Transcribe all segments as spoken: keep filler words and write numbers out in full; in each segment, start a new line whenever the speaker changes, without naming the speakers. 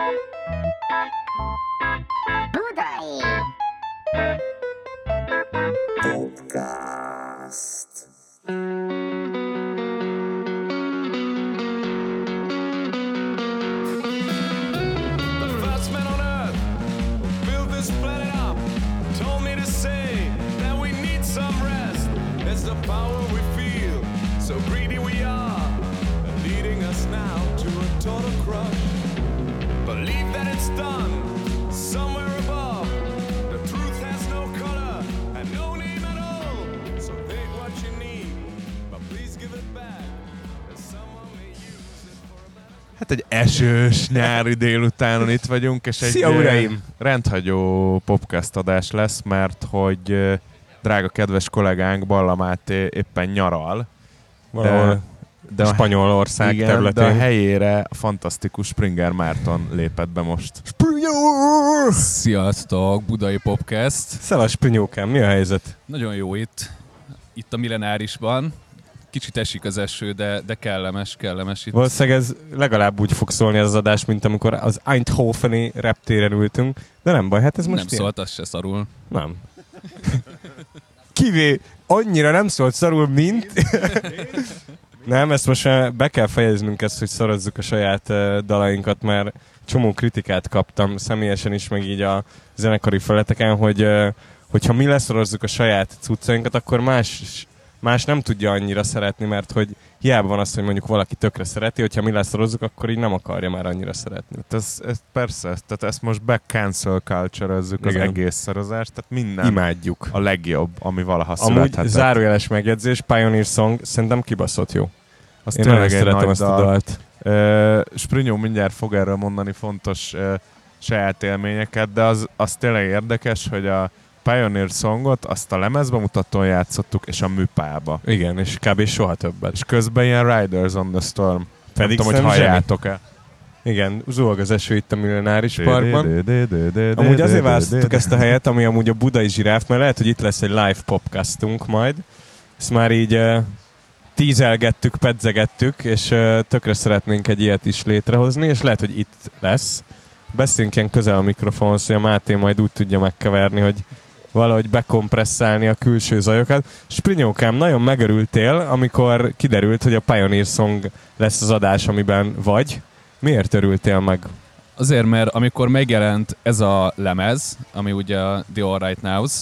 Budai Podcast.
The power we feel, so greedy we are, leading us now to a total crush. Believe that it's done somewhere above. The truth has no color and no name at all. So take what you need, but please give it back, as someone may use it for a better...
Hát egy esős nyári délutánon itt vagyunk, és egy
Szia, uraim!
rendhagyó podcast adás lesz, mert hogy drága kedves kollégánk Balla Máté éppen nyaral.
Valahol de, de Spanyolország
igen,
területén.
De a helyére a fantasztikus Springer Márton lépett be most.
Springer!
Sziasztok, Budai Podcast.
Szevasz, Sprinyókám, mi a helyzet?
Nagyon jó itt, itt a Millenárisban. Kicsit esik az eső, de, de kellemes, kellemes itt.
Valószínűleg ez legalább úgy fog szólni ez az adás, mint amikor az Eindhoveni reptéren ültünk. De nem baj, hát ez most
Nem
ilyen.
szólt, az se szarul.
Nem. Kivé, annyira nem szólt szarul, mint... Nem, ezt most be kell fejeznünk ezt, hogy szorozzuk a saját uh, dalainkat, mert csomó kritikát kaptam személyesen is, meg így a zenekari feleteken, hogy uh, hogyha mi leszorozzuk a saját cuccainkat, akkor más, más nem tudja annyira szeretni, mert hogy hiába van az, hogy mondjuk valaki tökre szereti, hogyha mi leszorozzuk, akkor így nem akarja már annyira szeretni.
Ez, ez persze, tehát ezt most be-cancel culture-özzük az egész szorozást, tehát minden
imádjuk.
A legjobb, ami valaha
amúgy
születhetett.
Amúgy zárójeles megjegyzés, Pioneer Song szerintem kibaszott jó.
Azt
én nagyon szeretem ezt a dalt.
Uh, Sprinyó mindjárt fog erről mondani fontos uh, saját élményeket, de az, az tényleg érdekes, hogy a Pioneer Songot azt a lemezbemutatón játszottuk, és a műpába.
Igen, és kb. Soha többet.
És közben ilyen Riders on the Storm.
Pedig
nem tudom, hogy halljátok-e.
Igen, zúg az eső itt a Millenáris Parkban. Amúgy azért választottuk ezt a helyet, ami amúgy a Budai Zsiráf, mert lehet, hogy itt lesz egy live podcastunk majd. Ezt már így uh, tízelgettük, pedzegettük, és uh, tökre szeretnénk egy ilyet is létrehozni, és lehet, hogy itt lesz. Beszéljünk ilyen közel a mikrofonhoz, hogy a Máté majd úgy tudja megkeverni, hogy valahogy bekompresszálni a külső zajokat. Sprinyókám, nagyon megörültél, amikor kiderült, hogy a Pioneer Song lesz az adás, amiben vagy. Miért örültél meg?
Azért, mert amikor megjelent ez a lemez, ami ugye a The All Right Nows,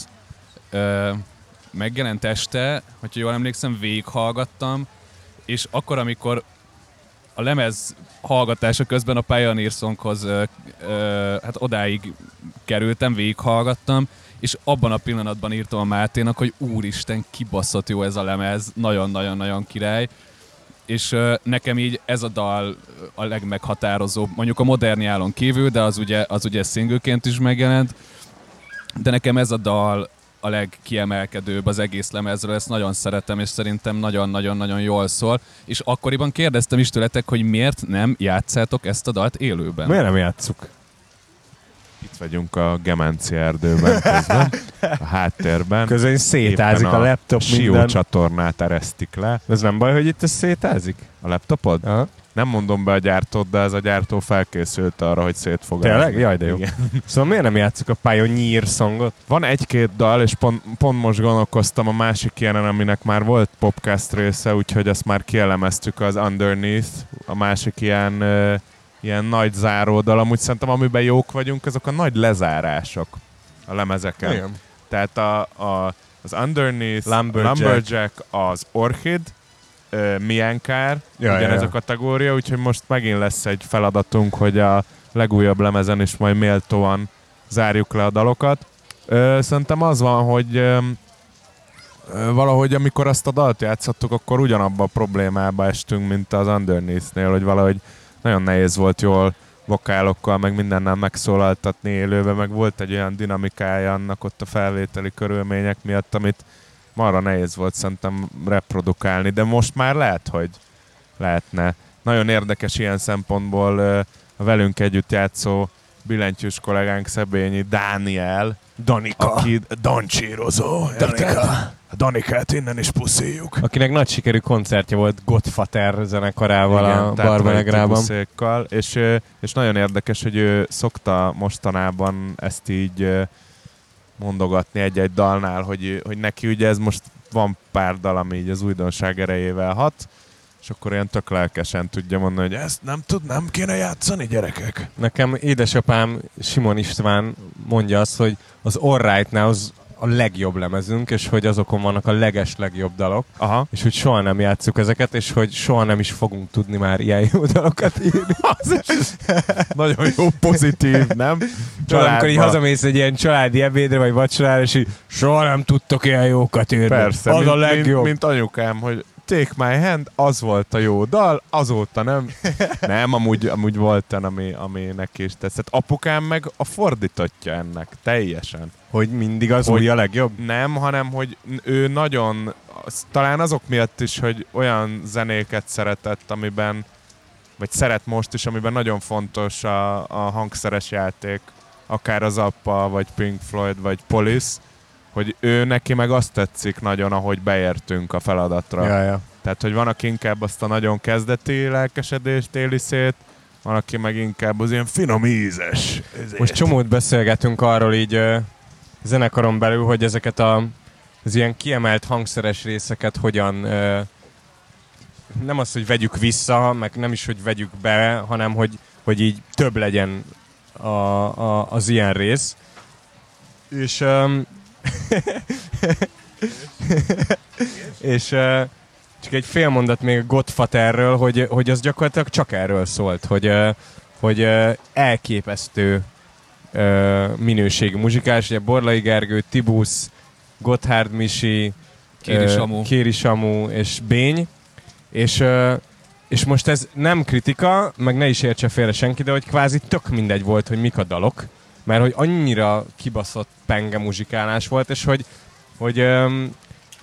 ö, megjelent este, hogyha jól emlékszem, végighallgattam, és akkor, amikor a lemez hallgatása közben a Pioneer Songhoz ö, ö, hát odáig kerültem, végighallgattam, és abban a pillanatban írtam a Máténak, hogy úristen, kibaszott jó ez a lemez, nagyon-nagyon-nagyon király. És uh, nekem így ez a dal a legmeghatározóbb, mondjuk a Modern nyálon kívül, de az ugye, az ugye szingleként is megjelent, de nekem ez a dal a legkiemelkedőbb az egész lemezről, ezt nagyon szeretem, és szerintem nagyon-nagyon-nagyon jól szól, és akkoriban kérdeztem is tőletek, hogy miért nem játszátok ezt a dalt élőben?
Miért nem játsszuk?
Itt vagyunk a Gemenci erdőben közben, a háttérben.
Közben szétázik a, a laptop
Sió
minden.
csatornát eresztik le.
Ez nem baj, hogy itt ez szétázik?
A laptopod?
Aha.
Nem mondom be a gyártót, de ez a gyártó felkészült arra, hogy szét fog állni.
Tényleg? Jaj, de jó. Igen. Szóval miért nem játsszuk a Pioneer Songot?
Van egy-két dal, és pont, pont most gondolkoztam a másik ilyenen, aminek már volt podcast része, úgyhogy ezt már kielemeztük, az Underneath, a másik ilyen... Uh, ilyen nagy záródal, amúgy szerintem amiben jók vagyunk, azok a nagy lezárások a lemezeken.
Igen.
Tehát a, a, az Underneath,
Lumberjack,
Lumberjack az Orchid, uh, Miankár,
ja,
ugyanez
ja, ja.
a kategória, úgyhogy most megint lesz egy feladatunk, hogy a legújabb lemezen is majd méltóan zárjuk le a dalokat. Uh, szerintem az van, hogy um, uh, valahogy amikor azt a dalt játszottuk, akkor ugyanabba a problémába estünk, mint az Underneath-nél, hogy valahogy nagyon nehéz volt jól vokálokkal, meg mindennel megszólaltatni élőben, meg volt egy olyan dinamikája annak ott a felvételi körülmények miatt, amit marra nehéz volt szerintem reprodukálni, de most már lehet, hogy lehetne. Nagyon érdekes ilyen szempontból a velünk együtt játszó billentyűs kollégánk Szebényi Dániel,
Danika.
Aki dancsírozó. Danika. a Danikát innen is puszíjuk.
Akinek nagy sikerű koncertje volt Godfather zenekarával. Igen, a Barbanegrában.
És, és nagyon érdekes, hogy ő szokta mostanában ezt így mondogatni egy-egy dalnál, hogy, hogy neki ugye ez most van pár dal, ami így az újdonság erejével hat, és akkor ilyen tök lelkesen tudja mondani, hogy ezt nem tud, nem kéne játszani, gyerekek.
Nekem édesapám Simon István mondja azt, hogy az All Right Now az a legjobb lemezünk, és hogy azokon vannak a leges legjobb dalok,
aha.
És hogy soha nem játsszuk ezeket, és hogy soha nem is fogunk tudni már ilyen jó dalokat írni.
Nagyon jó, pozitív, nem?
Családba. Amikor így hazamész egy ilyen családi ebédre, vagy vacsorára, és így soha nem tudtok ilyen jókat írni.
Persze,
az
mint,
a legjobb.
Mint, mint anyukám, hogy Take My Hand, az volt a jó dal, azóta nem. Nem, amúgy, amúgy volt olyan, ami, ami neki is tetszett. Apukám meg a fordítottja ennek, teljesen.
Hogy mindig az új a legjobb?
Nem, hanem hogy ő nagyon, talán azok miatt is, hogy olyan zenéket szeretett, amiben, vagy szeret most is, amiben nagyon fontos a, a hangszeres játék, akár az Zappa, vagy Pink Floyd, vagy Police, hogy ő neki meg azt tetszik nagyon, ahogy beértünk a feladatra.
Ja, ja.
Tehát, hogy van, aki inkább azt a nagyon kezdeti lelkesedést éli szét, van, aki meg inkább az ilyen finom ízes. Ezért.
Most csomót beszélgetünk arról így uh, zenekaron belül, hogy ezeket a, az ilyen kiemelt hangszeres részeket hogyan uh, nem az, hogy vegyük vissza, meg nem is, hogy vegyük be, hanem hogy, hogy így több legyen a, a, az ilyen rész. És um, és uh, csak egy fél mondat még a Godfatherről, hogy, hogy az gyakorlatilag csak erről szólt, hogy, uh, hogy uh, elképesztő uh, minőségű muzsikás, ugye Borlai Gergő, Tibusz, Gotthárd Misi,
Kéri Samu,
uh, Kéri Samu és Bény, és, uh, és most ez nem kritika, meg ne is értse félre senki, de hogy kvázi tök mindegy volt, hogy mik a dalok, mert hogy annyira kibaszott penge muzsikálás volt, és hogy, hogy um,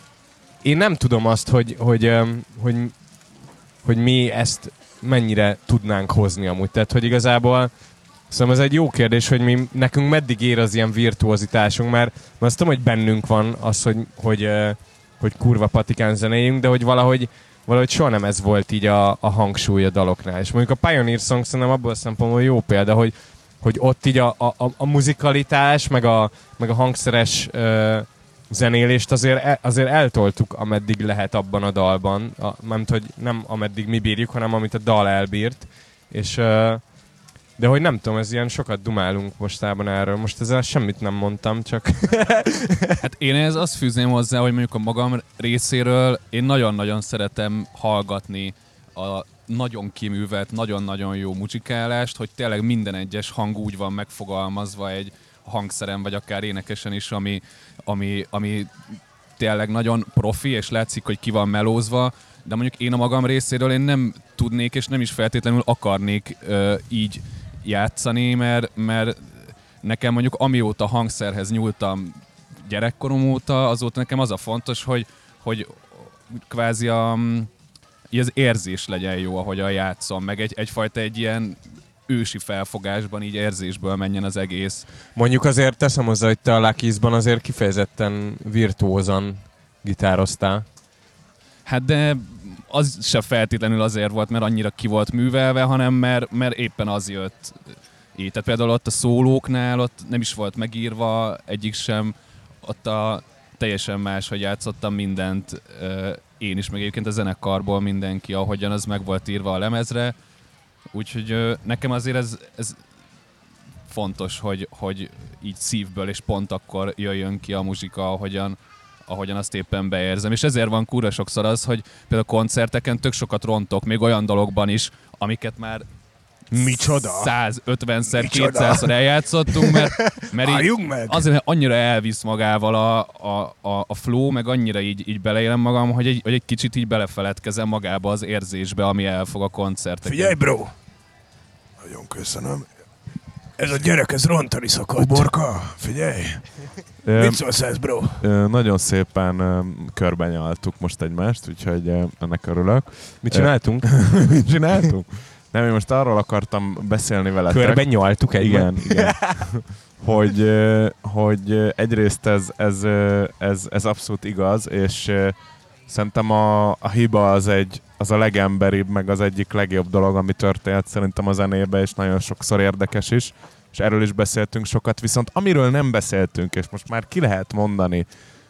én nem tudom azt, hogy, hogy, um, hogy, hogy mi ezt mennyire tudnánk hozni amúgy. Tehát, hogy igazából szóval ez egy jó kérdés, hogy mi, nekünk meddig ér az ilyen virtuozitásunk, mert, mert azt tudom, hogy bennünk van az, hogy, hogy, uh, hogy kurva patikán zenéjünk, de hogy valahogy, valahogy soha nem ez volt így a, a hangsúly a daloknál. És mondjuk a Pioneer Song szerintem abból a szempontból jó példa, hogy hogy ott így a, a, a muzikalitás, meg a, meg a hangszeres ö, zenélést azért, azért eltoltuk, ameddig lehet abban a dalban. A, mert hogy nem ameddig mi bírjuk, hanem amit a dal elbírt. És, ö, de hogy nem tudom, ez ilyen sokat dumálunk mostában erről. Most ezzel semmit nem mondtam, csak...
Hát én ehhez azt fűzném hozzá, hogy mondjuk a magam részéről én nagyon-nagyon szeretem hallgatni a nagyon kiművelt, nagyon-nagyon jó muzsikálást, hogy tényleg minden egyes hang úgy van megfogalmazva egy hangszeren, vagy akár énekesen is, ami, ami, ami tényleg nagyon profi, és látszik, hogy ki van melózva, de mondjuk én a magam részéről én nem tudnék, és nem is feltétlenül akarnék ö, így játszani, mert, mert nekem mondjuk amióta hangszerhez nyúltam gyerekkorom óta, azóta nekem az a fontos, hogy, hogy kvázi a... így az érzés legyen jó, ahogyan játszom, meg egy, egyfajta egy ilyen ősi felfogásban, így érzésből menjen az egész.
Mondjuk azért teszem hozzá, hogy te a Lucky-ban azért kifejezetten virtuózan gitároztál.
Hát de az se feltétlenül azért volt, mert annyira ki volt művelve, hanem mert, mert éppen az jött így. Tehát például ott a szólóknál ott nem is volt megírva egyik sem, ott a teljesen más, hogy játszottam mindent, én is, meg egyébként a zenekarból mindenki, ahogyan az meg volt írva a lemezre. Úgyhogy nekem azért ez, ez fontos, hogy, hogy így szívből és pont akkor jöjjön ki a muzsika, ahogyan, ahogyan azt éppen beérzem. És ezért van kurva sokszor az, hogy például koncerteken tök sokat rontok, még olyan dologban is, amiket már
Micsoda?
százötvenszer, kétszázszor eljátszottunk, mert, mert így, azért, mert annyira elvisz magával a, a, a, a flow, meg annyira így, így beleélem magam, hogy egy, hogy egy kicsit így belefeledkezem magába az érzésbe, ami elfog a koncerteken.
Figyelj, bro! Nagyon köszönöm. Ez a gyerek, ez rontani szokott. Uborka, figyelj! Mit szólsz ez, bro?
Nagyon szépen körbenyaltuk most egymást, úgyhogy ennek örülök.
Mit csináltunk?
Mit csináltunk? Nem, én most arról akartam beszélni veletek.
Körben nyaltuk egy.
Igen, igen. hogy, hogy egyrészt ez, ez, ez, ez abszolút igaz, és szerintem a, a hiba az, egy, az a legemberibb, meg az egyik legjobb dolog, ami történt szerintem a zenében, és nagyon sokszor érdekes is, és erről is beszéltünk sokat, viszont amiről nem beszéltünk, és most már ki lehet mondani,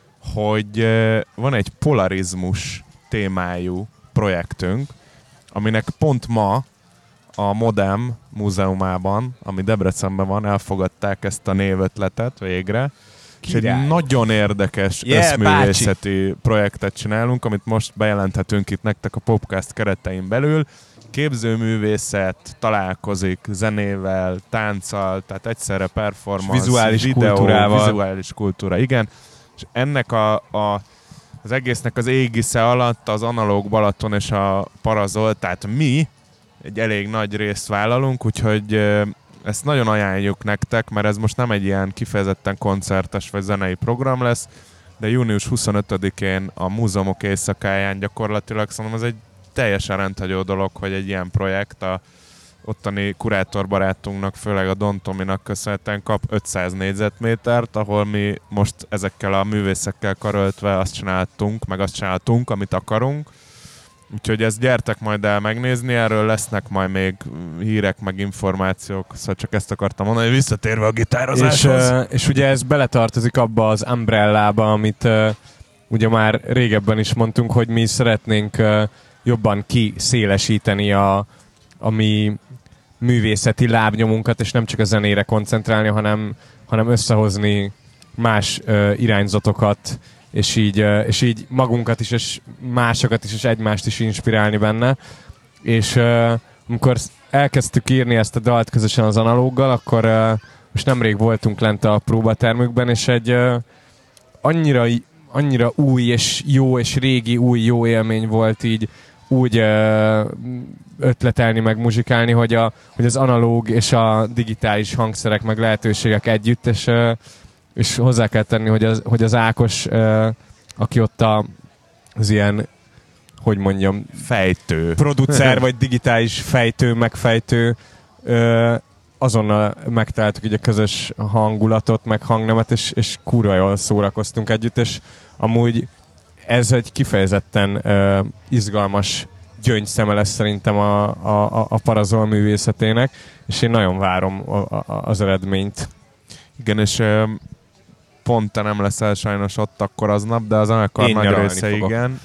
hogy van egy polarizmus témájú projektünk, aminek pont ma a Modem múzeumában, ami Debrecenben van, elfogadták ezt a névötletet végre. Király. És egy nagyon érdekes yeah, összművészeti bácsi. projektet csinálunk, amit most bejelenthetünk itt nektek a Popcast keretein belül. Képzőművészet találkozik zenével, tánccal, tehát egyszerre performance,
vizuális
videó,
kultúrával.
vizuális kultúra, igen. És ennek a, a, az egésznek az égisze alatt az Analóg Balaton és a Parazol, tehát mi egy elég nagy részt vállalunk, úgyhogy ezt nagyon ajánljuk nektek, mert ez most nem egy ilyen kifejezetten koncertes vagy zenei program lesz, de június huszonötödikén a múzeumok éjszakáján gyakorlatilag szerintem ez egy teljesen rendhagyó dolog, hogy egy ilyen projekt a ottani kurátorbarátunknak, főleg a Don Tominak köszönhetően kap ötszáz négyzetmétert, ahol mi most ezekkel a művészekkel karöltve azt csináltunk, meg azt csináltunk, amit akarunk. Úgyhogy ezt gyertek majd el megnézni, erről lesznek majd még hírek, meg információk, szóval csak ezt akartam mondani, hogy visszatérve a gitározáshoz.
És, és ugye ez beletartozik abba az umbrellába, amit uh, ugye már régebben is mondtunk, hogy mi szeretnénk uh, jobban kiszélesíteni a, a mi művészeti lábnyomunkat, és nem csak a zenére koncentrálni, hanem, hanem összehozni más uh, irányzatokat, és így, uh, és így magunkat is, és másokat is, és egymást is inspirálni benne. És uh, amikor elkezdtük írni ezt a dalt közösen az Analóggal, akkor uh, most nemrég voltunk lent a próbatermükben, és egy uh, annyira, annyira új és jó, és régi új jó élmény volt így úgy uh, ötletelni, meg muzsikálni, hogy, a, hogy az analóg és a digitális hangszerek, meg lehetőségek együtt, és, uh, és hozzá kell tenni, hogy az, hogy az Ákos, uh, aki ott a, az ilyen, hogy mondjam,
fejtő.
Producer, vagy digitális fejtő, megfejtő, uh, azonnal megtaláltuk így a közös hangulatot, meg hangnemet, és, és kurva jól szórakoztunk együtt, és amúgy ez egy kifejezetten uh, izgalmas gyöngyszeme lesz szerintem a, a, a Parazol művészetének, és én nagyon várom a, a, az eredményt.
Igen, és uh, pont te nem leszel sajnos ott akkor aznap, de az zenekar nagy része fogok. Igen.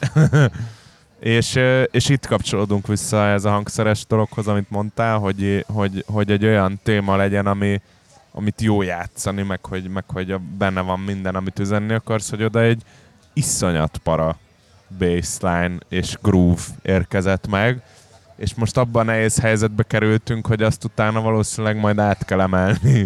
és, uh, és itt kapcsolódunk vissza ez a hangszeres dologhoz, amit mondtál, hogy, hogy, hogy egy olyan téma legyen, ami, amit jó játszani, meg hogy, meg hogy benne van minden, amit üzenni akarsz, hogy oda egy iszonyat para bassline és groove érkezett meg, és most abban a nehéz helyzetbe kerültünk, hogy azt utána valószínűleg majd át kell emelni.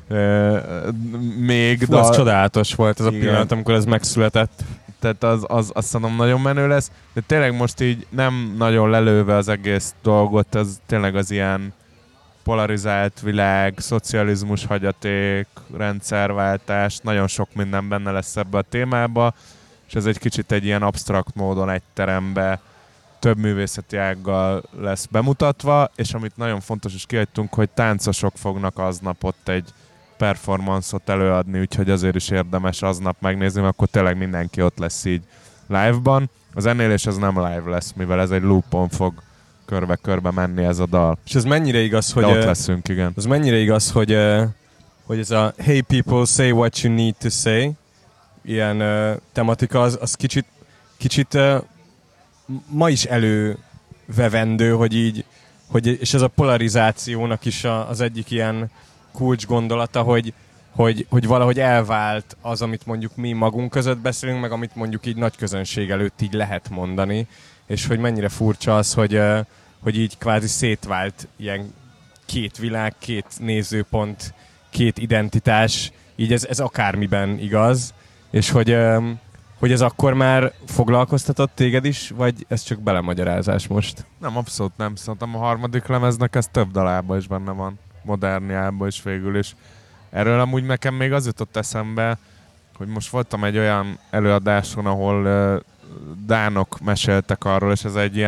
Még,
Fú, de... az csodálatos volt ez a pillanat, amikor ez megszületett.
Tehát az, az, azt mondom, nagyon menő lesz, de tényleg most így nem nagyon lelőve az egész dolgot, ez tényleg az ilyen polarizált világ, szocializmus hagyaték, rendszerváltás, nagyon sok minden benne lesz ebbe a témába, és ez egy kicsit egy ilyen absztrakt módon egy terembe több művészeti ággal lesz bemutatva, és amit nagyon fontos is kihagytunk, hogy táncosok fognak aznap ott egy performance-ot előadni, úgyhogy azért is érdemes aznap megnézni, mert akkor tényleg mindenki ott lesz így live-ban. Az zenélés az nem live lesz, mivel ez egy loopon fog körbe-körbe menni ez a dal.
És ez mennyire igaz, hogy...
De ott leszünk, igen.
Ez mennyire igaz, hogy, hogy ez a hey people, say what you need to say ilyen uh, tematika, az, az kicsit, kicsit uh, ma is elővevendő, hogy így, hogy, és ez a polarizációnak is a, az egyik ilyen kulcs gondolata, hogy, hogy, hogy valahogy elvált az, amit mondjuk mi magunk között beszélünk, meg amit mondjuk így nagy közönség előtt így lehet mondani, és hogy mennyire furcsa az, hogy, uh, hogy így kvázi szétvált ilyen két világ, két nézőpont, két identitás, így ez, ez akármiben igaz, és hogy, hogy ez akkor már foglalkoztatott téged is, vagy ez csak belemagyarázás most?
Nem, abszolút nem. Szerintem a harmadik lemeznek ez több dalában is benne van. Moderniában is végül is. Erről amúgy nekem még az jutott eszembe, hogy most voltam egy olyan előadáson, ahol uh, dánok meséltek arról, és ez egy ilyen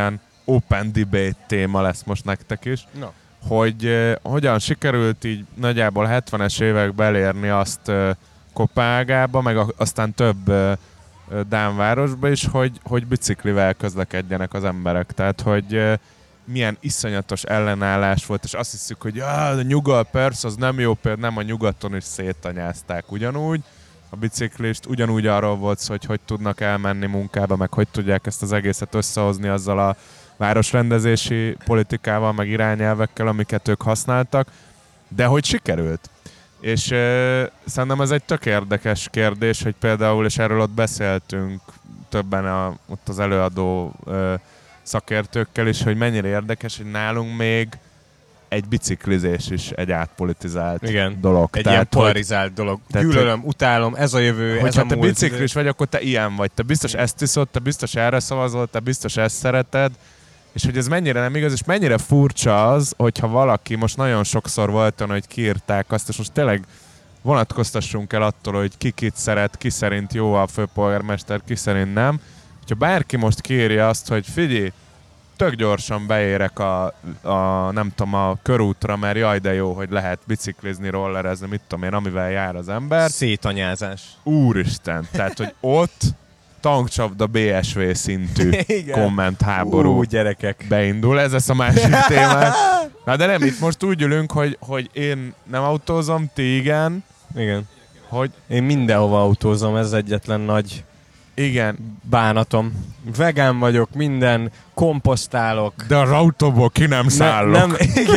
open debate téma lesz most nektek is,
no.
hogy uh, hogyan sikerült így nagyjából hetvenes években elérni azt uh, Kopenhágába, meg a, aztán több uh, dán városba is, hogy, hogy biciklivel közlekedjenek az emberek. Tehát, hogy uh, milyen iszonyatos ellenállás volt, és azt hiszük, hogy ah, a nyugat persze, az nem jó, például nem, a nyugaton is széttanyázták ugyanúgy a biciklist, ugyanúgy arról volt szó, hogy hogy tudnak elmenni munkába, meg hogy tudják ezt az egészet összehozni azzal a városrendezési politikával, meg irányelvekkel, amiket ők használtak, de hogy sikerült. És euh, szerintem ez egy tök érdekes kérdés, hogy például, és erről ott beszéltünk többen a, ott az előadó euh, szakértőkkel is, hogy mennyire érdekes, hogy nálunk még egy biciklizés is egy átpolitizált
Igen.
dolog.
Egy
tehát,
ilyen polarizált dolog. Gyűlölöm, utálom, ez a jövő, ez
hogyha
a
te
múlt.
biciklis vagy, akkor te ilyen vagy. Te biztos ezt iszod, te biztos erre szavazol, te biztos ezt szereted, és hogy ez mennyire nem igaz, és mennyire furcsa az, hogyha valaki, most nagyon sokszor volt olyan, hogy kiírták azt, és most tényleg vonatkoztassunk el attól, hogy ki kit szeret, ki szerint jó a főpolgármester, ki szerint nem. Ha bárki most kérje azt, hogy figyelj, tök gyorsan beérek a, a, nem tudom, a körútra, mert jaj, de jó, hogy lehet biciklizni, rollerezni, mit tudom én, amivel jár az ember.
Szétanyázás.
Úristen, tehát, hogy ott tankcsapda bé es vé szintű kommentháború
Ú, gyerekek.
beindul, ez lesz a másik témák. Na de nem, itt most úgy ülünk, hogy, hogy én nem autózom, ti igen.
Igen.
Hogy
Én mindenhova autózom, ez egyetlen nagy
igen.
bánatom. Vegán vagyok, minden, komposztálok.
De az autóból ki nem szállok.
Ne, nem, igen.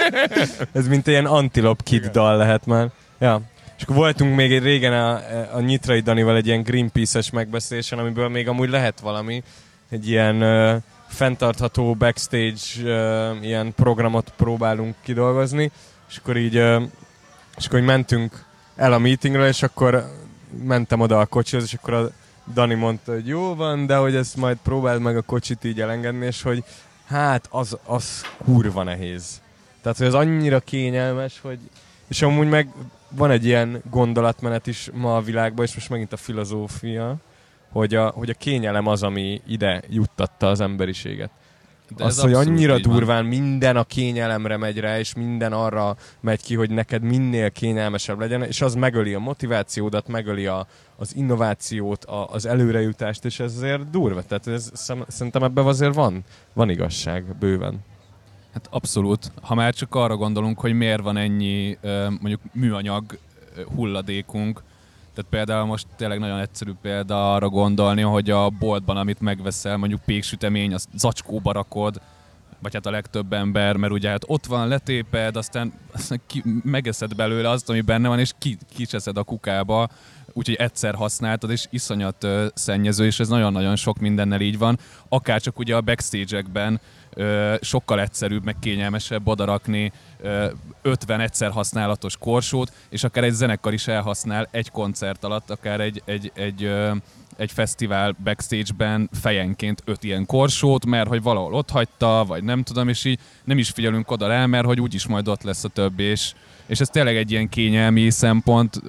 Ez mint ilyen Antilop Kid dal lehet már. Ja. És akkor voltunk még egy régen a, a Nyitrai Danival egy ilyen Greenpeace-es megbeszélésen, amiből még amúgy lehet valami. Egy ilyen uh, fenntartható backstage uh, ilyen programot próbálunk kidolgozni. És akkor így, uh, és akkor így mentünk el a meetingről, és akkor mentem oda a kocsihoz, és akkor a Dani mondta, hogy jó van, de hogy ezt majd próbáld meg a kocsit így elengedni, és hogy hát az, az kurva nehéz. Tehát, hogy az annyira kényelmes, hogy... És amúgy meg van egy ilyen gondolatmenet is ma a világban, és most megint a filozófia, hogy a, hogy a kényelem az, ami ide juttatta az emberiséget. De az, hogy annyira durván minden a kényelemre megy rá, és minden arra megy ki, hogy neked minél kényelmesebb legyen, és az megöli a motivációdat, megöli a, az innovációt, a, az előrejutást, és ez azért durva. Tehát ez, szerintem ebben azért van, van igazság, bőven.
Hát abszolút. Ha már csak arra gondolunk, hogy miért van ennyi mondjuk műanyag hulladékunk, tehát például most tényleg nagyon egyszerű példa arra gondolni, hogy a boltban, amit megveszel, mondjuk péksütemény, az zacskóba rakod, vagy hát a legtöbb ember, mert ugye hát ott van, letéped, aztán, aztán ki, megeszed belőle azt, ami benne van, és ki, kicseszed a kukába, úgyhogy egyszer használtad, és iszonyat uh, szennyező, és ez nagyon-nagyon sok mindennel így van. Akár csak ugye a backstage-ekben uh, sokkal egyszerűbb, meg kényelmesebb odarakni uh, ötven egyszer használatos korsót, és akár egy zenekar is elhasznál egy koncert alatt, akár egy, egy, egy, uh, egy fesztivál backstage-ben fejenként öt ilyen korsót, mert hogy valahol ott hagyta, vagy nem tudom, és így nem is figyelünk oda rá, mert hogy úgyis majd ott lesz a többi, és, és ez tényleg egy ilyen kényelmi szempont,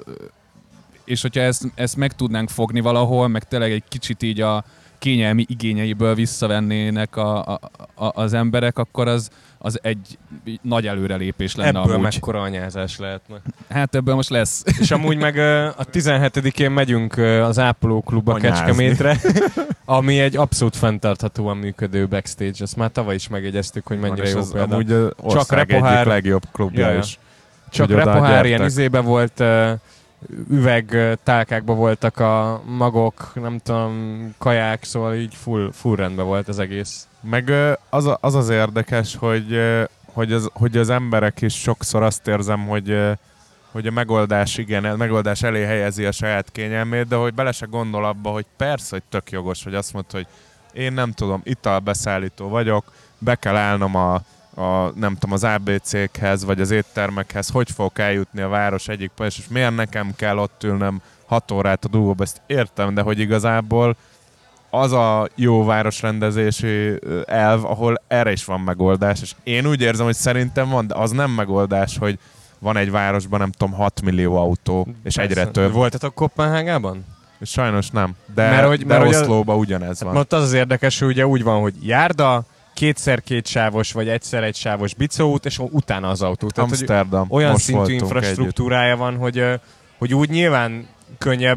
és hogyha ezt, ezt meg tudnánk fogni valahol, meg tényleg egy kicsit így a kényelmi igényeiből visszavennének a, a, a, az emberek, akkor az, az egy nagy előrelépés lenne.
Ebből
amúgy.
mekkora anyázás lehetne.
Hát ebből most lesz.
És amúgy meg a tizenhetedikén megyünk az Ápoló Klubba Kecskemétre, ami egy abszolút fenntarthatóan működő backstage. Ezt már tavaly is megjegyeztük, hogy mennyire jó példa.
Amúgy csak Repohár egyik legjobb klubja
Jaja.
is.
Csak Repohár ilyen izébe volt, uh, üveg tálkákban voltak a magok, nem tudom, kaják, szóval így full, full rendben volt az egész.
Meg az az, az érdekes, hogy, hogy, az, hogy az emberek is sokszor azt érzem, hogy, hogy a megoldás, igen, a megoldás elé helyezi a saját kényelmét, de hogy bele se gondol abba, hogy persze, hogy tök jogos, hogy azt mondta, hogy én nem tudom, italbeszállító vagyok, be kell állnom a a, nem tudom, az á bé cékhez, vagy az éttermekhez, hogy fogok eljutni a város egyik pontjára, és miért nekem kell ott ülnöm hat órát a dugóba, ezt értem, de hogy igazából az a jó városrendezési elv, ahol erre is van megoldás, és én úgy érzem, hogy szerintem van, de az nem megoldás, hogy van egy városban, nem tudom, hat millió autó, és
Persze.
egyre több.
Voltatok Kopenhágában?
Sajnos nem, de,
mert, hogy,
de
mert,
Oszlóban ugyanez van.
Ott az az érdekes, hogy ugye úgy van, hogy járda, kétszer kétsávos, vagy egyszer egysávos bicóút, és utána az autó. Tehát,
Amsterdam.
Olyan
Most
szintű infrastruktúrája együtt. van, hogy, hogy úgy nyilván könnyebb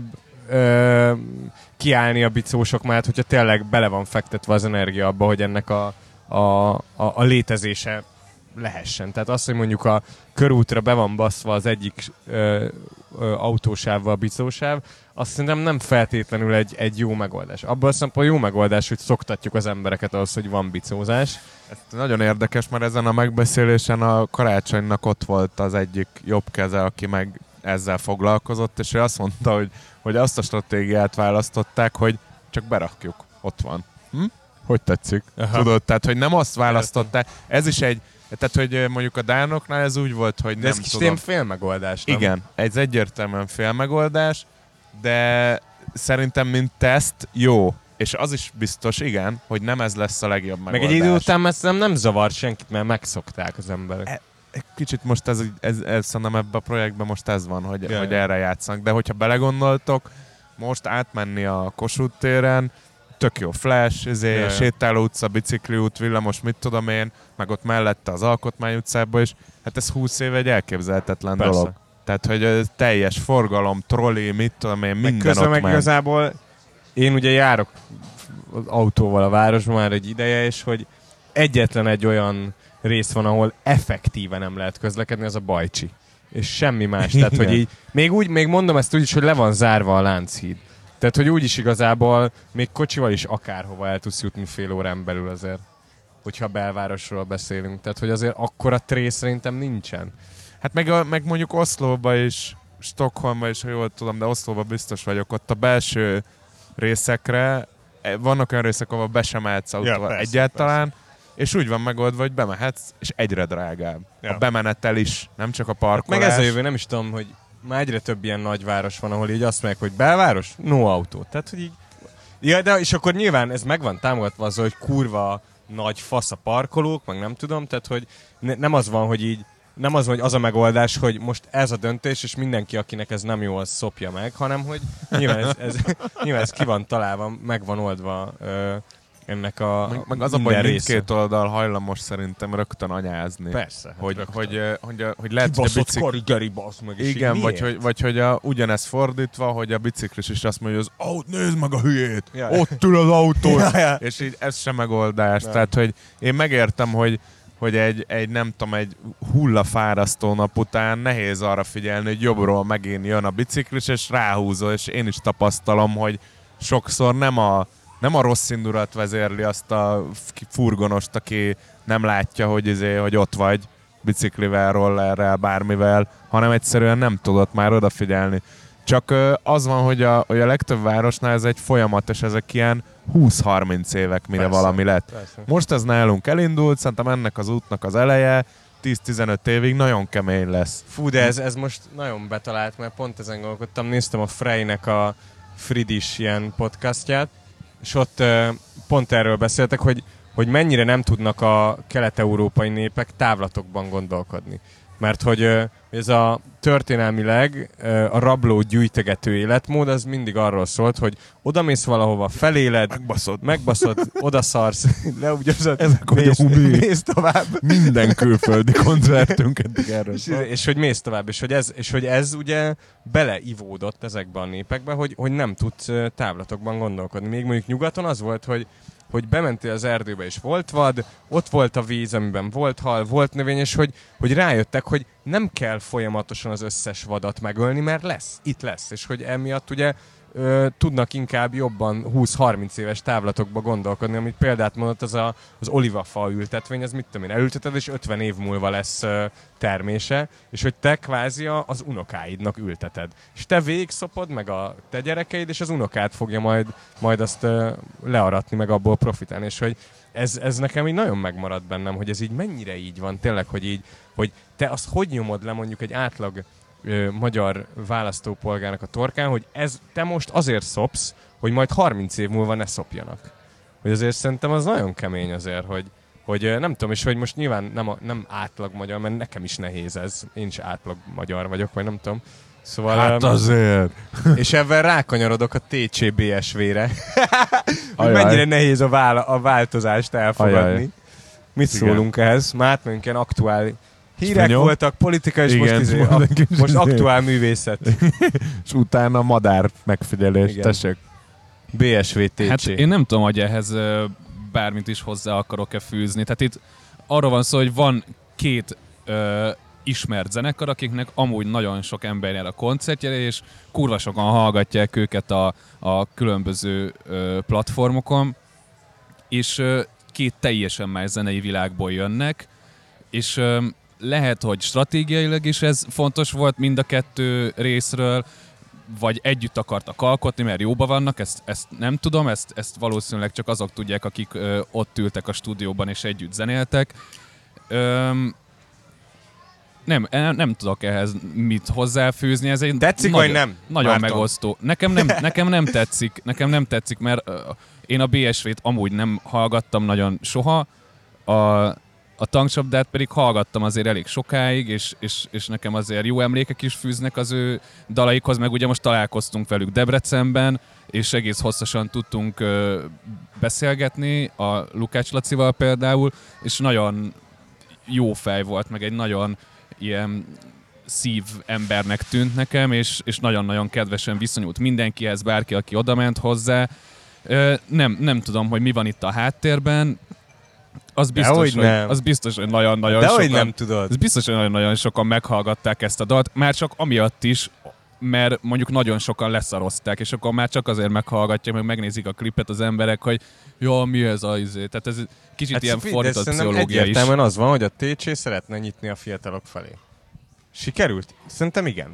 ö, kiállni a bicósok mellett, hogyha tényleg bele van fektetve az energia abba, hogy ennek a, a, a, a létezése lehessen. Tehát az, hogy mondjuk a körútra be van baszva az egyik ö, ö, autósávval a bicósáv, azt szerintem nem feltétlenül egy, egy jó megoldás. Abban a szempontból jó megoldás, hogy szoktatjuk az embereket ahhoz, hogy van bicózás.
Ez nagyon érdekes, mert ezen a megbeszélésen a Karácsonynak ott volt az egyik jobb keze, aki meg ezzel foglalkozott, és ő azt mondta, hogy, hogy azt a stratégiát választották, hogy csak berakjuk, ott van. Hm? Hogy tetszik? Aha. Tudod, tehát hogy nem azt választották. Ez is egy, tehát hogy mondjuk a dánoknál ez úgy volt, hogy
de
nem
ez
tudom.
kicsit ilyen félmegoldás, nem?
Igen, ez egyértelműen félmegoldás, de szerintem mint teszt jó. És az is biztos, igen, hogy nem ez lesz a legjobb megoldás.
Meg egy idő után ezt nem, nem zavar senkit, mert megszokták az emberek.
E, kicsit most ez, ez, ez szerintem ebben a projektben most ez van, hogy,
ja,
hogy
ja.
erre játszanak. De hogyha belegondoltok, most átmenni a Kossuth téren, tök jó flash, ezé, ja, ja. sétáló utca, bicikliút, villamos, mit tudom én, meg ott mellette az Alkotmány utcában is, hát ez húsz éve egy elképzelhetetlen
Persze.
dolog. Tehát, hogy teljes forgalom, trolli, mit tudom én, minden
meg közben
ott
meg
ment.
igazából én ugye járok az autóval a városban már egy ideje, és hogy egyetlen egy olyan rész van, ahol effektíven nem lehet közlekedni, az a Bajcsi. És semmi más. Tehát, hogy így, még úgy, még mondom ezt úgy is, hogy le van zárva a Lánchíd. Tehát, hogy úgy is igazából még kocsival is akárhova el tudsz jutni fél órán belül azért, hogyha belvárosról beszélünk. Tehát, hogy azért akkora trész szerintem nincsen.
Hát meg, a, meg mondjuk Oszlóba is, Stockholmba is, ha jól tudom, de Oszlóba biztos vagyok, ott a belső részekre vannak olyan részek, ahol be sem állsz autóval ja, persze, egyáltalán, persze. És úgy van megoldva, hogy bemehetsz, és egyre drágább. Ja. A bemenetel is, nem csak a parkolás.
Meg ez a jövő, nem is tudom, hogy már egyre több ilyen nagyváros van, ahol így azt mondják, hogy belváros, no autó. Tehát, hogy így... Ja, de és akkor nyilván ez meg van támogatva azzal, hogy kurva nagy fasz a parkolók, meg nem tudom, tehát, hogy ne, nem az van, hogy így nem az, hogy az a megoldás, hogy most ez a döntés, és mindenki, akinek ez nem jó, az szopja meg, hanem hogy nyilván ez, ez, nyilván ez ki van találva, meg van oldva ö, ennek a
meg, meg az a baj, mindkét oldal hajlamos szerintem rögtön anyázni.
Persze.
Hogy,
rögtön.
hogy, hogy, hogy, hogy lehet,
hogy
a bicikli...
karigeri, basz meg.
Igen, vagy hogy, vagy hogy a, ugyanez fordítva, hogy a biciklis is azt mondja, hogy az autó, nézd meg a hülyét, ja, ott ül az autó. Ja, ja. És így ez sem megoldás. Ja. Tehát, hogy én megértem, hogy hogy egy, egy, nem tudom, egy hullafárasztó nap után nehéz arra figyelni, hogy jobbról megint jön a biciklis, és ráhúzol, és én is tapasztalom, hogy sokszor nem a, nem a rossz indulat vezérli azt a furgonost, aki nem látja, hogy, izé, hogy ott vagy biciklivel, rollerrel, bármivel, hanem egyszerűen nem tudott már odafigyelni. Csak az van, hogy a, hogy a legtöbb városnál ez egy folyamat, és ezek ilyen húsz-harminc évek, mire persze, valami lett. Persze. Most ez nálunk elindult, szerintem ennek az útnak az eleje tíz-tizenöt évig nagyon kemény lesz.
Fú, de ez, ez most nagyon betalált, mert pont ezen gondolkodtam, néztem a Freynek a Friedis ilyen podcastját, és ott uh, pont erről beszéltek, hogy, hogy mennyire nem tudnak a kelet-európai népek távlatokban gondolkodni. Mert hogy uh, ez a történelmileg uh, a rabló gyűjtegető életmód az mindig arról szólt, hogy odamész valahova, feléled,
megbaszod,
megbaszod odaszarsz, leúgyozod,
ezek
mész, mész tovább.
Minden külföldi koncertünk eddig erről.
És, és hogy mész tovább, és hogy, ez, és hogy ez ugye beleivódott ezekben a népekbe, hogy, hogy nem tudsz távlatokban gondolkodni. Még mondjuk nyugaton az volt, hogy hogy bementél az erdőbe, és volt vad, ott volt a víz, amiben volt hal, volt növény, és hogy, hogy rájöttek, hogy nem kell folyamatosan az összes vadat megölni, mert lesz, itt lesz, és hogy emiatt ugye ö, tudnak inkább jobban húsz-harminc éves távlatokba gondolkodni, amit példát mondott, az a, az olivafa ültetvény, az mit tudom én, elülteted, és ötven év múlva lesz ö, termése, és hogy te kvázi az unokáidnak ülteted. És te végigszopod, meg a te gyerekeid, és az unokád fogja majd, majd azt ö, learatni, meg abból profitálni, és hogy ez, ez nekem így nagyon megmaradt bennem, hogy ez így mennyire így van, tényleg, hogy így, hogy te azt hogy nyomod le mondjuk egy átlag ö, magyar választópolgárnak a torkán, hogy ez te most azért szopsz, hogy majd harminc év múlva ne szopjanak. Hogy azért szerintem az nagyon kemény azért, hogy, hogy nem tudom, és hogy most nyilván nem, a, nem átlag magyar, mert nekem is nehéz ez, én is átlag magyar vagyok, vagy nem tudom. Szóval,
hát azért.
És ebben rákanyarodok a té cé bé es vé-re. Hogy mennyire nehéz a, vála, a változást elfogadni. Ajaj. Mit
Igen.
szólunk ehhez? Már átmegyünk ilyen aktuál hírek
Fenyó?
voltak, politika, és
Igen,
most, izé,
most
a,
egy kis
most
izé.
aktuál művészet.
És utána madár megfigyelés,
Igen.
tessék.
bé es vé té
Hát
cé.
én nem tudom, hogy ehhez ö, bármit is hozzá akarok-e fűzni. Tehát itt arról van szó, hogy van két ö, ismert zenekar, akiknek amúgy nagyon sok ember jár a koncertjére, és kurva sokan hallgatják őket a, a különböző ö, platformokon, és ö, két teljesen más zenei világból jönnek, és ö, lehet, hogy stratégiailag is ez fontos volt mind a kettő részről, vagy együtt akartak alkotni, mert jóba vannak, ezt, ezt nem tudom, ezt, ezt valószínűleg csak azok tudják, akik ö, ott ültek a stúdióban és együtt zenéltek. Öm, nem, nem, nem tudok ehhez mit hozzáfűzni, ez egy
Tetszik,
nagyon,
vagy nem?
nagyon
Márton.
megosztó. Nekem nem, nekem nem tetszik, nekem nem tetszik, mert ö, én a bé es vét amúgy nem hallgattam nagyon soha, a A tankcsapdát pedig hallgattam azért elég sokáig, és, és, és nekem azért jó emlékek is fűznek az ő dalaikhoz, meg ugye most találkoztunk velük Debrecenben, és egész hosszasan tudtunk ö, beszélgetni a Lukács Lacival például, és nagyon jó fej volt, meg egy nagyon ilyen szív embernek tűnt nekem, és, és nagyon-nagyon kedvesen viszonyult mindenkihez, bárki, aki odament hozzá. Ö, nem, nem tudom, hogy mi van itt a háttérben. Az biztos,
hogy
hogy,
nem.
az biztos, hogy nagyon-nagyon
De
sokan...
hogy nem tudod?
Ez biztos, hogy nagyon-nagyon sokan meghallgatták ezt a dalt, már csak amiatt is, mert mondjuk nagyon sokan leszarozták, és akkor már csak azért meghallgatják, meg megnézik a klipet az emberek, hogy ja, mi ez az izé. Tehát ez kicsit hát ilyen
figyelj, de
fordított
szerintem
pszichológia is.
egyértelműen az van, hogy a té cé szeretne nyitni a fiatalok felé. Sikerült? Szerintem igen.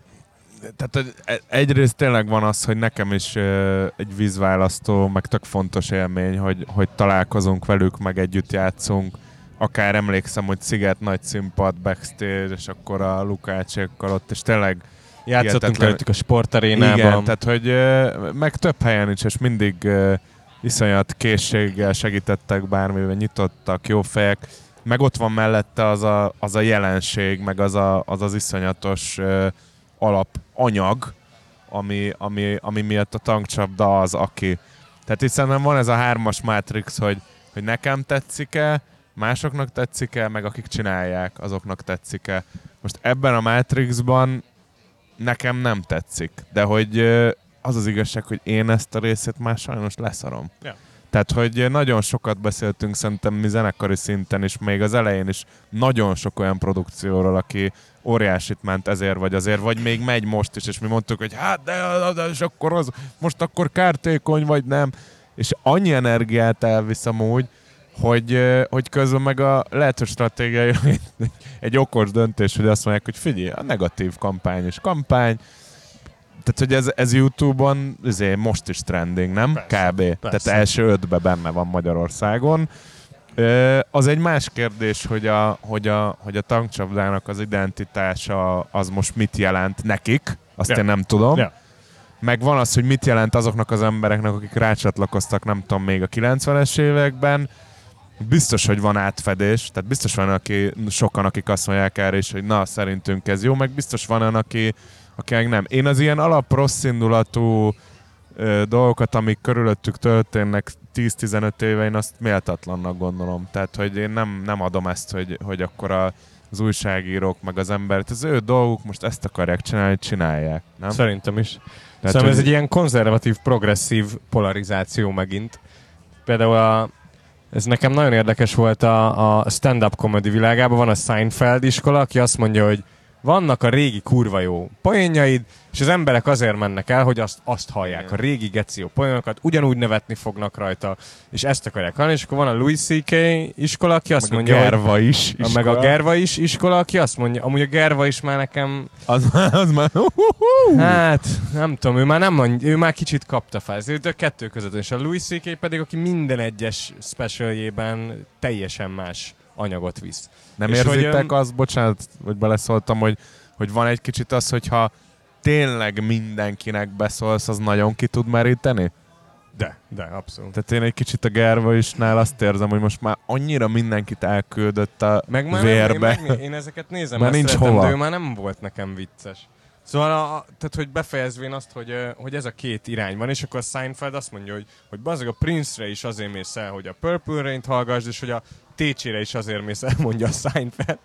Tehát egyrészt tényleg van az, hogy nekem is uh, egy vízválasztó, meg tök fontos élmény, hogy, hogy találkozunk velük, meg együtt játszunk. Akár emlékszem, hogy Sziget nagy színpad, backstage, és akkor a Lukácsékkal ott, és tényleg
Játszottunk
hihetetlen-
előttük a sportarénában.
Igen, tehát hogy uh, meg több helyen is, és mindig uh, iszonyat készséggel segítettek bármiben, nyitottak, jó fejek. Meg ott van mellette az a, az a jelenség, meg az a, az, az iszonyatos uh, alapanyag, ami, ami, ami miatt a tankcsapda az, aki. Tehát itt szerintem van ez a hármas mátrix, hogy, hogy nekem tetszik-e, másoknak tetszik-e, meg akik csinálják, azoknak tetszik-e. Most ebben a mátrixban nekem nem tetszik, de hogy ö, az az igazság, hogy én ezt a részét már sajnos leszarom.
Ja.
Tehát, hogy nagyon sokat beszéltünk szerintem mi zenekari szinten is, még az elején is nagyon sok olyan produkcióról, aki óriásit ment ezért vagy azért, vagy még megy most is, és mi mondtuk, hogy hát de, de és akkor az, most akkor kártékony vagy nem. És annyi energiát elvisz amúgy, hogy, hogy közben meg a lehető stratégiai egy, egy okos döntés, hogy azt mondják, hogy figyelj, a negatív kampány és kampány, tehát, hogy ez, ez YouTube-on azért most is trending, nem?
Persze,
Kb.
persze.
Tehát első ötbe benne van Magyarországon. Ö, az egy más kérdés, hogy a, hogy a, hogy a tankcsapdának az identitása az most mit jelent nekik, azt
Ja.
én nem tudom.
Ja.
Meg van az, hogy mit jelent azoknak az embereknek, akik rácsatlakoztak, nem tudom, még a kilencvenes években. Biztos, hogy van átfedés, tehát biztos van aki, sokan, akik azt mondják erre is, hogy na, szerintünk ez jó, meg biztos van olyan, aki, aki meg nem. Én az ilyen alap rossz indulatú ö, dolgokat, amik körülöttük történnek tíz-tizenöt éve, én azt méltatlannak gondolom. Tehát, hogy én nem, nem adom ezt, hogy, hogy akkor a, az újságírók, meg az emberek, az ő dolguk, most ezt akarják csinálni, csinálják, nem?
Szerintem is.
Tehát,
Szerintem ez
hogy-
egy ilyen konzervatív, progresszív polarizáció megint. Például a, ez nekem nagyon érdekes volt a, a stand-up comedy világában. Van a Seinfeld iskola, aki azt mondja, hogy vannak a régi kurva jó poénjaid, és az emberek azért mennek el, hogy azt, azt hallják, a régi geci jó poénokat, ugyanúgy nevetni fognak rajta, és ezt akarják hallani, és akkor van a Louis cé ká iskola, aki azt
meg
mondja,
a Gerva is.
hogy, meg a Gerva is iskola, aki azt mondja, amúgy a Gerva is már nekem,
Az, az már...
hát nem tudom, ő már nem mondja, ő már kicsit kapta fel, ő a kettő között, és a Louis cé ká pedig, aki minden egyes specialjében teljesen más anyagot visz.
Nem
És
érzitek
hogy,
azt, bocsánat, hogy beleszóltam, hogy, hogy van egy kicsit az, hogyha tényleg mindenkinek beszólsz, az nagyon ki tud meríteni?
De, de, abszolút.
Tehát én egy kicsit a Gerva isnál azt érzem, hogy most már annyira mindenkit elküldött a
Meg már
vérbe.
Nem, én, én ezeket nézem,
Már
mert
nincs
szeretem,
hova.
de ő már nem volt nekem vicces. Szóval, a, a, tehát, hogy befejezvén azt, hogy, ö, hogy ez a két irány van, és akkor a Seinfeld azt mondja, hogy, hogy bazdmeg a Prince-re is azért mész el, hogy a Purple Rain-t hallgassd, és hogy a Técsére is azért mész, mondja a Seinfeld,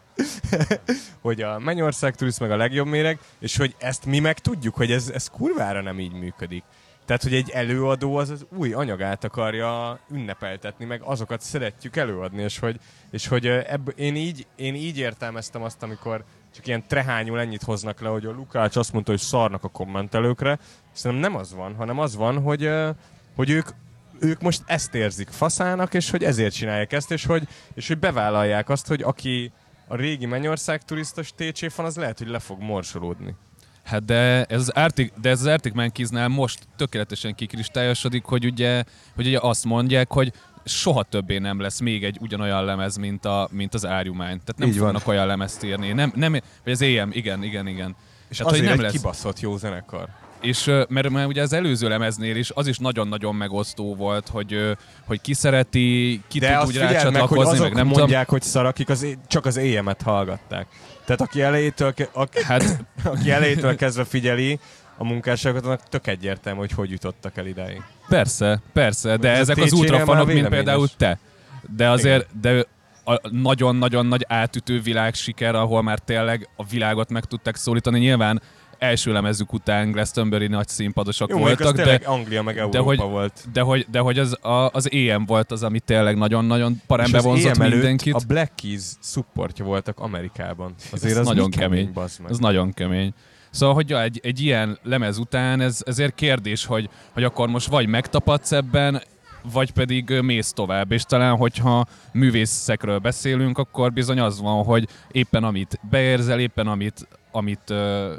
hogy a Mennyország turiszt meg a legjobb méreg, és hogy ezt mi meg tudjuk, hogy ez, ez kurvára nem így működik. Tehát, hogy egy előadó az az új anyagát akarja ünnepeltetni, meg azokat szeretjük előadni, és hogy, és hogy ebből, én, így, én így értelmeztem azt, amikor csak ilyen trehányul ennyit hoznak le, hogy a Lukács azt mondta, hogy szarnak a kommentelőkre. Szerintem nem az van, hanem az van, hogy, hogy ők, ők most ezt érzik faszának, és hogy ezért csinálják ezt, és hogy, és hogy bevállalják azt, hogy aki a régi Mennyország turistas té cé fan, az lehet, hogy le fog morsolódni.
Hát de ez az Arctic, de ez az Arctic Monkeysnál most tökéletesen kikristályosodik, hogy ugye, hogy ugye azt mondják, hogy soha többé nem lesz még egy ugyanolyan lemez, mint, a, mint az Árjumány. Tehát nem
így
fognak
van.
olyan lemezt írni. Nem, nem, vagy az é em, igen, igen, igen.
És
tehát,
azért
hogy nem
egy
lesz.
kibaszott jó zenekar.
És mert, mert ugye az előző lemeznél is az is nagyon-nagyon megosztó volt, hogy, hogy ki szereti, ki
de
tud úgy rácsatlakozni,
meg, hogy azok
meg nem
mondják,
tudom.
hogy szar, akik az, csak az é emet hallgatták. Tehát aki elejétől, aki,
Hát,
aki elejétől kezdve figyeli a munkásságokat, annak tök egyértelmű, hogy hogy jutottak el idáig.
persze, persze, de
Ez
ezek
a
az
té cére már
ultrafanok, mint
véleményes.
például te. De azért, de a nagyon-nagyon nagy átütő világsiker, ahol már tényleg a világot meg tudták szólítani. Nyilván első lemezük után Glastonbury nagy színpadosok
Jó, voltak,
voltak,
de
de,
Anglia meg Európa
de hogy,
volt.
de hogy, de hogy az, a, az é em volt az, ami tényleg nagyon-nagyon parán
És az
bevonzott
é em előtt
mindenkit.
a Black Keys supportja voltak Amerikában. Azért
Ez
az
nagyon
mi kemény,
kemény.
bazd meg.
Ez nagyon kemény. Szóval, hogy ja, egy, egy ilyen lemez után ez, ezért kérdés, hogy, hogy akkor most vagy megtapadsz ebben, vagy pedig ö, mész tovább. És talán, hogyha művészekről beszélünk, akkor bizony az van, hogy éppen amit beérzel, éppen amit, amit ö,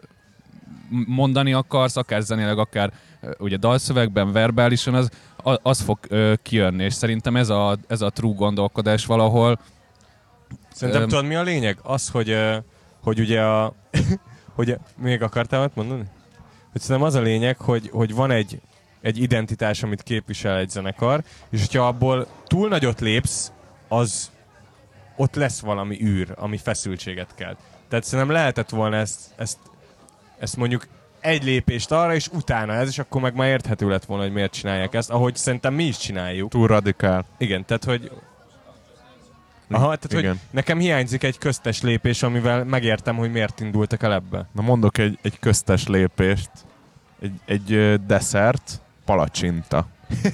mondani akarsz, akár zenéleg, akár ö, ugye dalszövegben, verbálisan, az, az fog ö, kijönni. És szerintem ez a, ez a true gondolkodás valahol.
Szerintem
Öm,
tudod mi a lényeg? Az, hogy, ö, hogy ugye a... hogy még akartál valamit mondani? Hogy szerintem az a lényeg, hogy, hogy van egy, egy identitás, amit képvisel egy zenekar, és hogyha abból túl nagyot lépsz, az ott lesz valami űr, ami feszültséget kelt. Tehát szerintem lehetett volna ezt, ezt, ezt mondjuk egy lépést arra, és utána ez, és akkor meg már érthető lett volna, hogy miért csinálják ezt, ahogy szerintem mi is csináljuk.
Túl radikál.
Igen, tehát hogy... Aha, tehát
Igen.
hogy nekem hiányzik egy köztes lépés, amivel megértem, hogy miért indultak el ebbe.
Na mondok egy, egy köztes lépést. Egy, egy ö, desszert, palacsinta.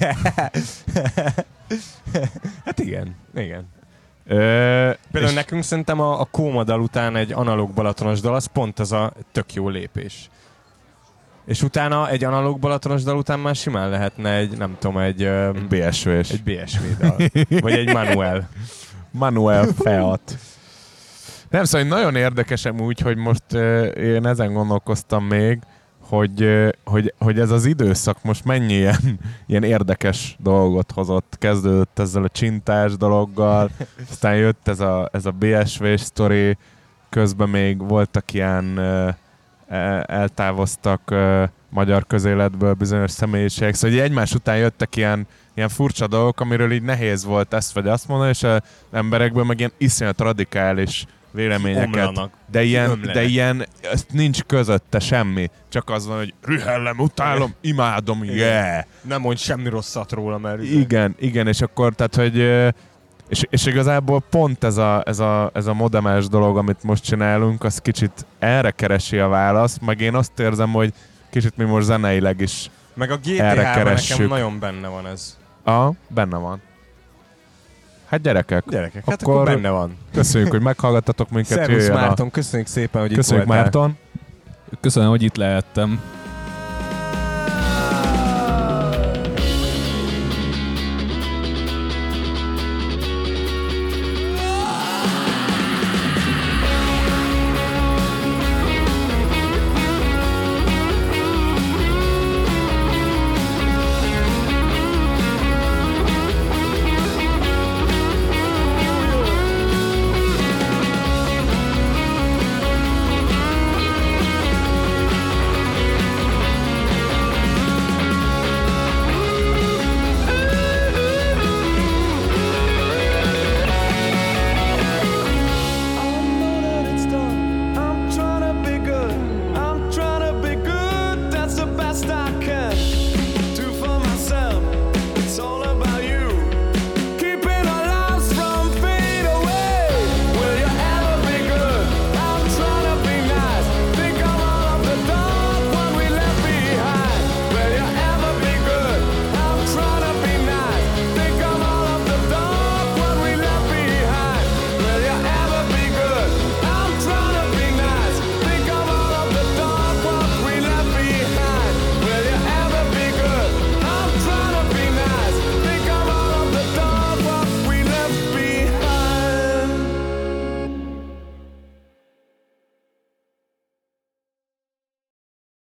Hát igen, igen.
Ö,
Például
és
nekünk szerintem a, a Kóma dal után egy analóg balatonos dal, az pont az a tök jó lépés. És utána egy analóg balatonos dal után már simán lehetne egy, nem tudom, egy...
egy bé es vé-s.
Egy bé es vé dal. Vagy egy Manuel.
Manuel Feat. Nem, szóval nagyon érdekesem úgy, hogy most uh, én ezen gondolkoztam még, hogy, uh, hogy, hogy ez az időszak most mennyi ilyen, ilyen érdekes dolgot hozott. Kezdődött ezzel a csintás dologgal, aztán jött ez a, ez a bé es vé sztori, közben még voltak ilyen uh, eltávoztak uh, magyar közéletből bizonyos személyiségek, szóval egymás után jöttek ilyen, ilyen furcsa dolgok, amiről így nehéz volt ezt vagy azt mondani, és az emberekből meg ilyen iszonyat radikális véleményeket.
Omlanak.
De ilyen,
Ömlenek.
de ilyen, ezt nincs közötte semmi. Csak az van, hogy rühellem, utálom, imádom, yeah!
Nem mondj semmi rosszat róla, mert...
Igen, igen, és akkor, tehát, hogy ö, és, és igazából pont ez a, ez, a, ez a modemes dolog, amit most csinálunk, az kicsit erre keresi a választ, meg én azt érzem, hogy kicsit mi most zeneileg is
Meg a gé té
erre
há-ban
keressük.
nekem nagyon benne van ez.
a, benne van. Hát gyerekek,
Gyerekek, hát
Akkor-
akkor benne van.
köszönjük, hogy meghallgattatok minket.
Szervusz
jöjjön a-
Márton, köszönjük szépen, hogy
Köszönjük
itt voltál.
Márton.
Köszönöm, hogy itt lehettem.